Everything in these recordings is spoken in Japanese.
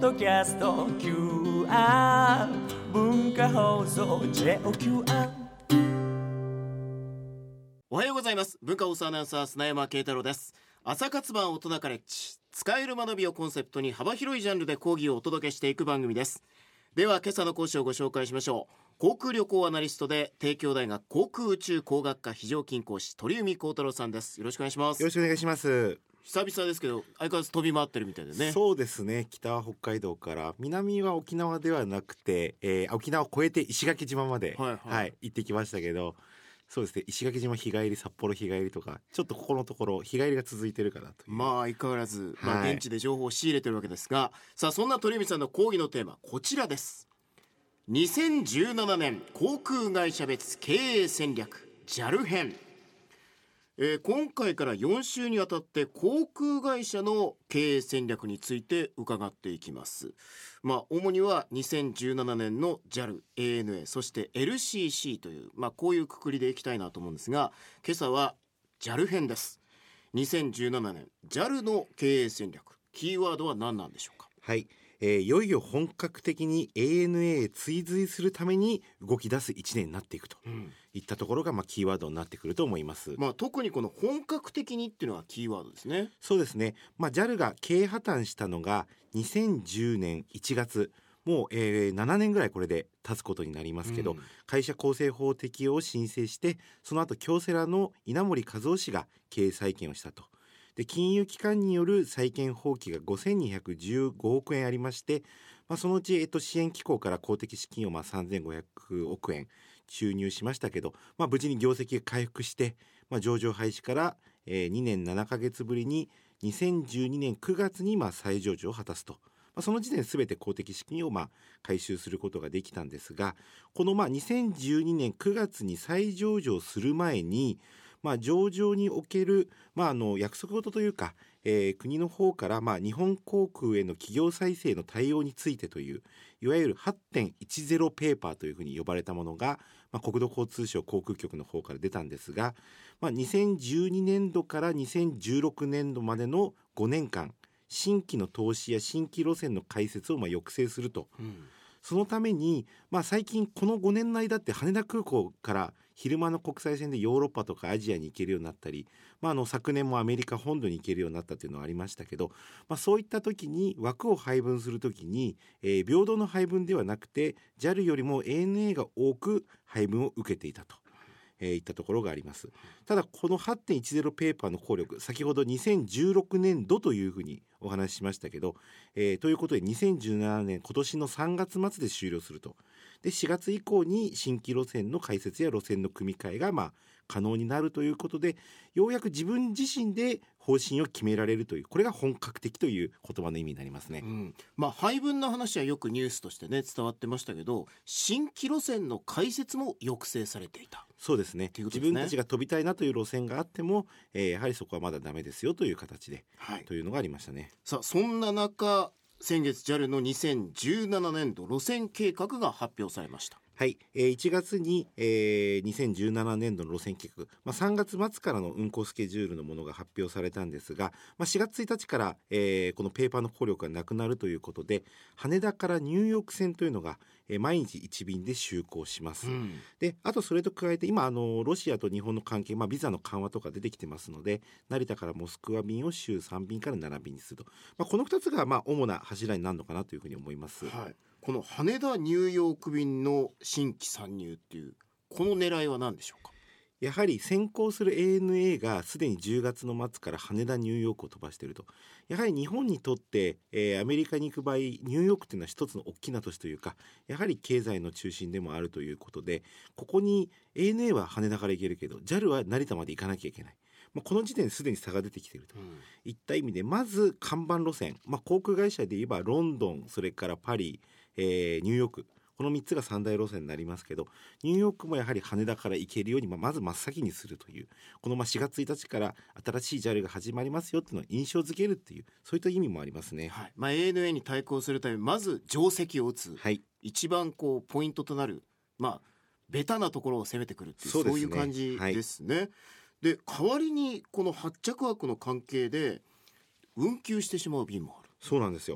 ドキャスト QR 文化放送 JOQR。 おはようございます。文化放送アナウンサー砂山慶太郎です。朝活版大人カレッジ、使える学びをコンセプトに幅広いジャンルで講義をお届けしていく番組です。では今朝の講師をご紹介しましょう。航空旅行アナリストで帝京大学航空宇宙工学科非常勤講師鳥海高太郎さんです。よろしくお願いします。 よろしくお願いします。 久々ですけど相変わらず飛び回ってるみたいでね。 そうですね、北は北海道から南は沖縄ではなくて、沖縄を越えて石垣島まで、行ってきましたけど、そうですね、石垣島日帰り、札幌日帰りとかちょっとここのところ日帰りが続いてるかなという。 まあ相変わらず、現地で情報を仕入れてるわけですが、さあそんな鳥海さんの講義のテーマこちらです。2017年航空会社別経営戦略 JAL 編。今回から4週にわたって航空会社の経営戦略について伺っていきます。主には2017年の JAL、ANA そして LCC という、こういうくくりでいきたいなと思うんですが、今朝は JAL 編です。2017年 JAL の経営戦略、キーワードは何なんでしょうか。 はい、いよいよ本格的に ANA へ追随するために動き出す1年になっていくといったところが、キーワードになってくると思います。 特にこの本格的にっていうのがキーワードですね。 そうですね、JAL が経営破綻したのが2010年1月、もう、7年ぐらいこれで経つことになりますけど、会社構成法適用を申請して、その後京セラの稲盛和夫氏が経営再建をしたと。で金融機関による債権放棄が5215億円ありまして、そのうち、支援機構から公的資金を3500億円注入しましたけど、無事に業績が回復して、上場廃止から、2年7ヶ月ぶりに2012年9月に再上場を果たすと。その時点全て公的資金を回収することができたんですが、この2012年9月に再上場する前に、上場における、約束事というか、国の方から日本航空への企業再生の対応についてという、いわゆる 8.10 ペーパーというふうに呼ばれたものが、国土交通省航空局の方から出たんですが、2012年度から2016年度までの5年間、新規の投資や新規路線の開設を抑制すると。そのために、最近この5年の間って羽田空港から昼間の国際線でヨーロッパとかアジアに行けるようになったり、昨年もアメリカ本土に行けるようになったというのはありましたけど、そういった時に枠を配分する時に、平等の配分ではなくて JAL よりも ANA が多く配分を受けていたと。いったところがあります。ただこの 8.10 ペーパーの効力、先ほど2016年度というふうにお話ししましたけど、ということで2017年今年の3月末で終了すると。で4月以降に新規路線の開設や路線の組み替えが可能になるということで、ようやく自分自身で方針を決められるという、これが本格的という言葉の意味になりますね。 配分の話はよくニュースとしてね伝わってましたけど、新規路線の開設も抑制されていた。 そうですね、自分たちが飛びたいなという路線があっても、やはりそこはまだダメですよという形で、というのがありましたね。 さあそんな中、先月 JAL の2017年度路線計画が発表されました。 はい、1月に、2017年度の路線計画、3月末からの運行スケジュールのものが発表されたんですが、4月1日から、このペーパーの効力がなくなるということで、羽田からニューヨーク線というのが、毎日1便で就航します。であとそれと加えて今ロシアと日本の関係、ビザの緩和とか出てきてますので、成田からモスクワ便を週3便から7便にすると、この2つが主な柱になるのかなというふうに思います。 この羽田ニューヨーク便の新規参入っていうこの狙いは何でしょうか。 やはり先行する ANA がすでに10月の末から羽田ニューヨークを飛ばしていると。やはり日本にとって、アメリカに行く場合ニューヨークというのは一つの大きな都市というか、やはり経済の中心でもあるということで、ここに ANA は羽田から行けるけど JAL は成田まで行かなきゃいけない。この時点ですでに差が出てきているといった意味で、まず看板路線、航空会社で言えばロンドン、それからパリ、ニューヨーク、この3つが三大路線になりますけど、ニューヨークもやはり羽田から行けるように、まず真っ先にするという、この4月1日から新しい JAL が始まりますよっていうのを印象づけるっていう、そういった意味もありますね。 ANA に対抗するためにまず定石を打つ、一番ポイントとなる、ベタなところを攻めてくるっていう、そういう感じですね。で代わりにこの発着枠の関係で運休してしまう便もある。 そうなんですよ。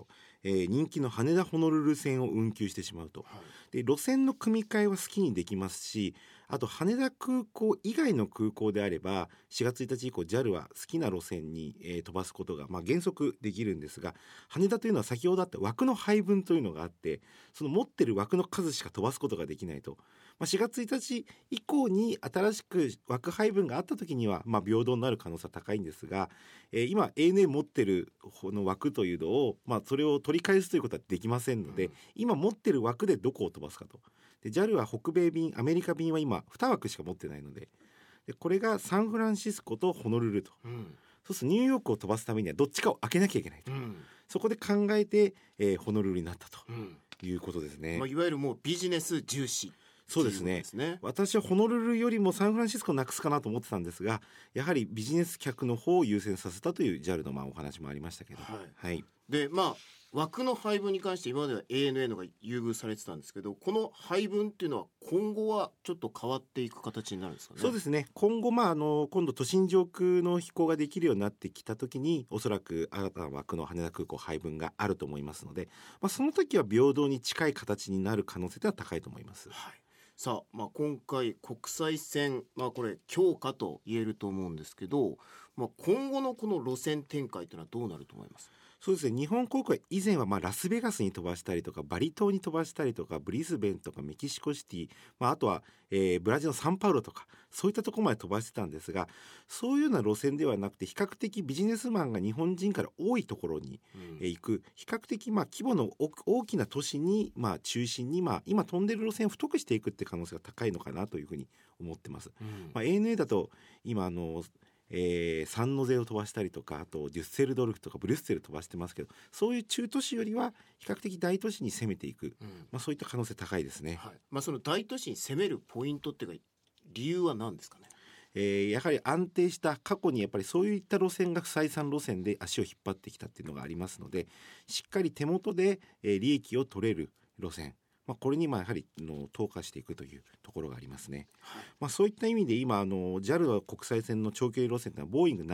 人気の羽田ホノルル線を運休してしまうと。で路線の組み替えは好きにできますし、あと羽田空港以外の空港であれば4月1日以降 JAL は好きな路線に、飛ばすことが、原則できるんですが、羽田というのは先ほどあった枠の配分というのがあって、その持ってる枠の数しか飛ばすことができないと。4月1日以降に新しく枠配分があった時には、平等になる可能性は高いんですが、今 ANA 持ってるこの枠というのを、それを取り返すということはできませんので、今持ってる枠でどこを飛ばすかと。で JAL は北米便、アメリカ便は今2枠しか持ってないので、これがサンフランシスコとホノルルと、そうするとニューヨークを飛ばすためにはどっちかを開けなきゃいけないと、そこで考えて、ホノルルになったということですね。 いわゆるもうビジネス重視。 そうですね。私はホノルルよりもサンフランシスコをなくすかなと思ってたんですが、やはりビジネス客の方を優先させたという JAL のお話もありましたけど、 で枠の配分に関して今までは ANA が優遇されてたんですけど、この配分っていうのは今後はちょっと変わっていく形になるんですかね。 そうですね。今後、今度都心上空の飛行ができるようになってきた時に、おそらく新たな枠の羽田空港配分があると思いますので、その時は平等に近い形になる可能性は高いと思います。 さあ、今回国際線、これ強化と言えると思うんですけど、今後のこの路線展開というのはどうなると思います？ そうですね。日本航空は以前はラスベガスに飛ばしたりとか、バリ島に飛ばしたりとか、ブリスベンとかメキシコシティ、あとは、ブラジルのサンパウロとか、そういったところまで飛ばしてたんですが、そういうような路線ではなくて、比較的ビジネスマンが日本人から多いところに、行く、比較的規模の大きな都市に、中心に、今飛んでる路線を太くしていくって可能性が高いのかなというふうに思ってます。ANA だと今サンノゼを飛ばしたりとか、あとデュッセルドルフとかブリュッセル飛ばしてますけど、そういう中都市よりは比較的大都市に攻めていく、そういった可能性高いですね。 その大都市に攻めるポイントっていうか理由は何ですかね？ やはり安定した過去にやっぱりそういった路線が不採算路線で足を引っ張ってきたっていうのがありますので、しっかり手元で利益を取れる路線、これにやはり投下していくというところがありますね。そういった意味で今JAL の国際線の長距離路線というのはボーイング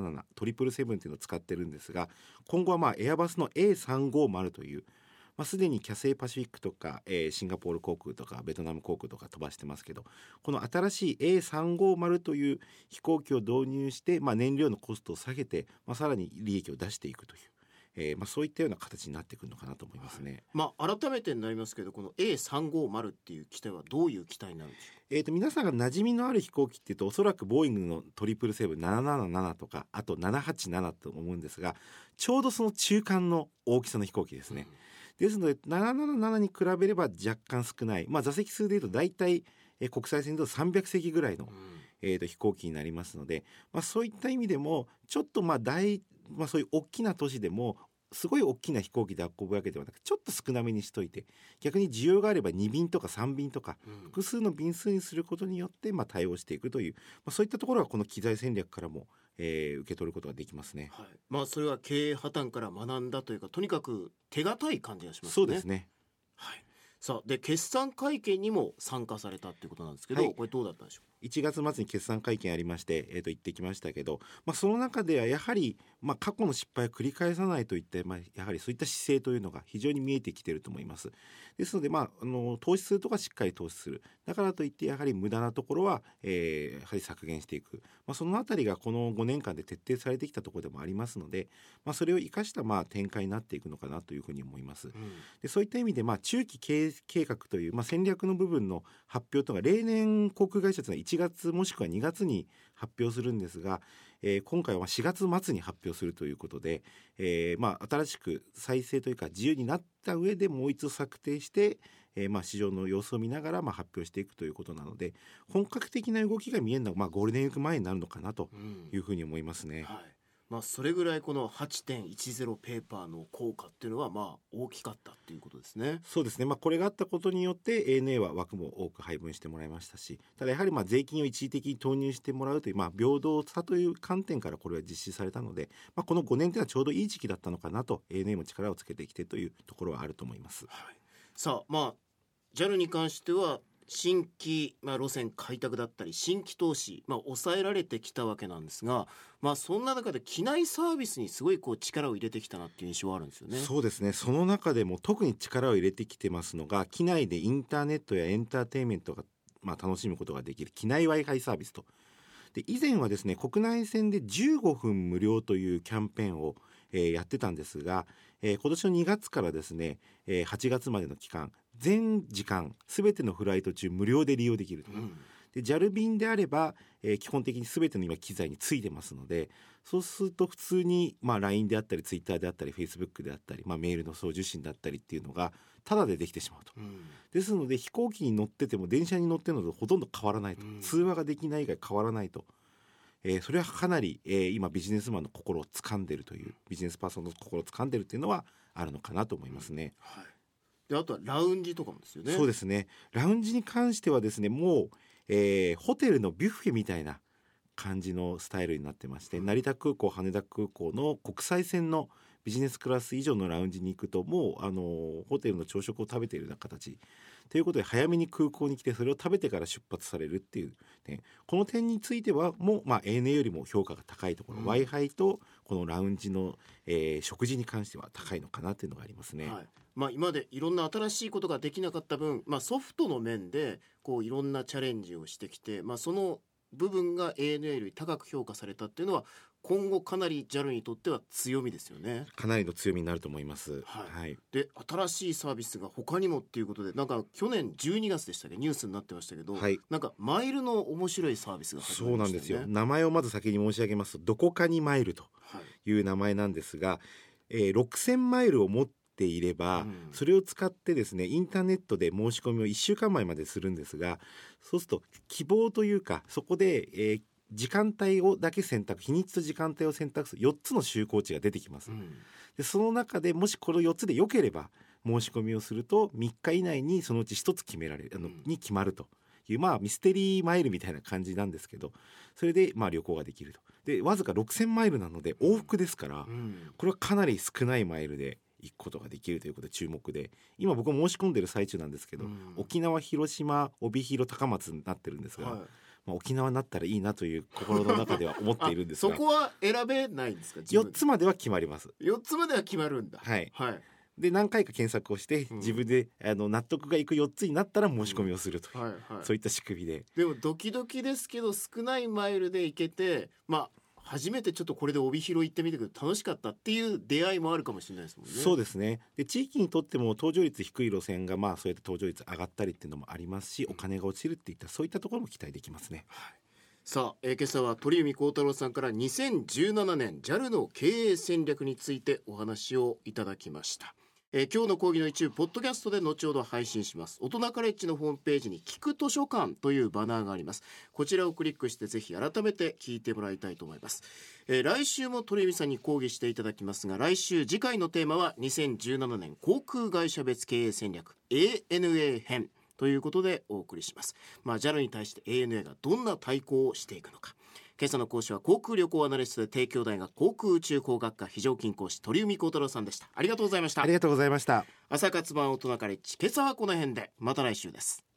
777、777というのを使ってるんですが、今後はエアバスの A350 という、すでにキャセイパシフィックとか、シンガポール航空とかベトナム航空とか飛ばしてますけど、この新しい A350 という飛行機を導入して、燃料のコストを下げて、さらに利益を出していくという、そういったような形になってくるのかなと思いますね。 改めてになりますけど、この A350 っていう機体はどういう機体になるんでしょう？ 皆さんが馴染みのある飛行機っていうと、おそらくボーイングの777、777とか、あと787と思うんですが、ちょうどその中間の大きさの飛行機ですね。ですので777に比べれば若干少ない、座席数でいうと大体、国際線で300席ぐらいの、飛行機になりますので、そういった意味でもちょっとそういう大きな都市でもすごい大きな飛行機で運ぶわけではなく、ちょっと少なめにしといて、逆に需要があれば2便とか3便とか複数の便数にすることによって対応していくという、そういったところはこの機材戦略からも受け取ることができますね。 それは経営破綻から学んだというか、とにかく手堅い感じがしますね。 そうですね。 さあ、で決算会見にも参加されたということなんですけど、これどうだったんでしょう？ 1月末に決算会見ありまして、行ってきましたけど、その中ではやはり、過去の失敗を繰り返さないといって、やはりそういった姿勢というのが非常に見えてきていると思います。ですので、投資するとかしっかり投資する、だからといってやはり無駄なところは、やはり削減していく、そのあたりがこの5年間で徹底されてきたところでもありますので、それを生かした展開になっていくのかなというふうに思います。でそういった意味で、中期経営計画という、戦略の部分の発表というのが例年航空会社というのは1月もしくは2月に発表するんですが、今回は4月末に発表するということで、新しく再生というか自由になった上でもう一度策定して、市場の様子を見ながら発表していくということなので、本格的な動きが見えるのはゴールデンウィーク前になるのかなというふうに思いますね。 それぐらいこの 8.10 ペーパーの効果っていうのは大きかったっていうことですね。 そうですね。これがあったことによって ANA は枠も多く配分してもらいましたし、ただやはり税金を一時的に投入してもらうという、平等さという観点からこれは実施されたので、この5年というのはちょうどいい時期だったのかなと ANA も力をつけてきてというところはあると思います。 さあJAL に関しては新規、路線開拓だったり新規投資、抑えられてきたわけなんですが、そんな中で機内サービスにすごい力を入れてきたなっていう印象はあるんですよね。 そうですね。その中でも特に力を入れてきてますのが、機内でインターネットやエンターテインメントが、楽しむことができる機内 Wi-Fi サービスと。で以前はですね、国内線で15分無料というキャンペーンを、やってたんですが、今年の2月からですね、8月までの期間、全時間すべてのフライト中無料で利用できると。で JAL 便であれば、基本的にすべての今機材についてますので、そうすると普通に、LINE であったり Twitter であったり Facebook であったり、メールの送受信だったりっていうのがタダでできてしまうと。ですので飛行機に乗ってても電車に乗ってるのとほとんど変わらないと、通話ができない以外変わらないと。それはかなり、今ビジネスマンの心を掴んでるという、ビジネスパーソンの心を掴んでるっていうのはあるのかなと思いますね。 であとはラウンジとかもですよね。 そうですね。ラウンジに関してはですね、もう、ホテルのビュッフェみたいな感じのスタイルになってまして、成田空港羽田空港の国際線のビジネスクラス以上のラウンジに行くと、もうホテルの朝食を食べているような形ということで、早めに空港に来てそれを食べてから出発されるっていう、この点についてはもう、ANA よりも評価が高いところ、Wi-Fi とこのラウンジの、食事に関しては高いのかなっていうのがありますね。 今までいろんな新しいことができなかった分、ソフトの面でいろんなチャレンジをしてきて、その部分が ANA より高く評価されたっていうのは、今後かなり JAL にとっては強みですよね。 かなりの強みになると思います。 で新しいサービスが他にもっていうことで、なんか去年12月でしたっけ、ニュースになってましたけど、なんかマイルの面白いサービスが始まりましたよね。 そうなんですよ。名前をまず先に申し上げますと、どこかにマイルという名前なんですが、6000マイルを持っていれば、それを使ってですね、インターネットで申し込みを1週間前までするんですが、そうすると希望というか、そこで、時間帯をだけ選択、日にちと時間帯を選択する4つの就航地が出てきます。でその中でもしこの4つで良ければ申し込みをすると、3日以内にそのうち1つ決められる、に決まるという、ミステリーマイルみたいな感じなんですけど、それで旅行ができると。でわずか6000マイルなので往復ですから、これはかなり少ないマイルで行くことができるということで注目で、今僕も申し込んでる最中なんですけど、沖縄、広島、帯広、高松になってるんですが、沖縄になったらいいなという心の中では思っているんですがそこは選べないんですか。 4つまでは決まります。 4つまでは決まるんだ。 で何回か検索をして、自分で納得がいく4つになったら申し込みをするという、そういった仕組みで。 でもドキドキですけど、少ないマイルで行けて、初めてちょっとこれで帯広行ってみてくれて楽しかったっていう出会いもあるかもしれないですもんね。 そうですね。で地域にとっても搭乗率低い路線が、そうやって搭乗率上がったりっていうのもありますし、お金が落ちるっていったそういったところも期待できますね。 さあ、今朝は鳥海高太郎さんから2017年 JAL の経営戦略についてお話をいただきました。今日の講義の一部ポッドキャストで後ほど配信します。大人カレッジのホームページに聞く図書館というバナーがあります。こちらをクリックしてぜひ改めて聞いてもらいたいと思います。来週も鳥海さんに講義していただきますが、来週次回のテーマは2017年航空会社別経営戦略 ANA 編ということでお送りします。JAL に対して ANA がどんな対抗をしていくのか。今朝の講師は航空旅行アナリストで帝京大学航空宇宙工学科非常勤講師鳥海高太郎さんでした。ありがとうございました。 ありがとうございました。 朝活版大人カレッジ、今朝はこの辺で、また来週です。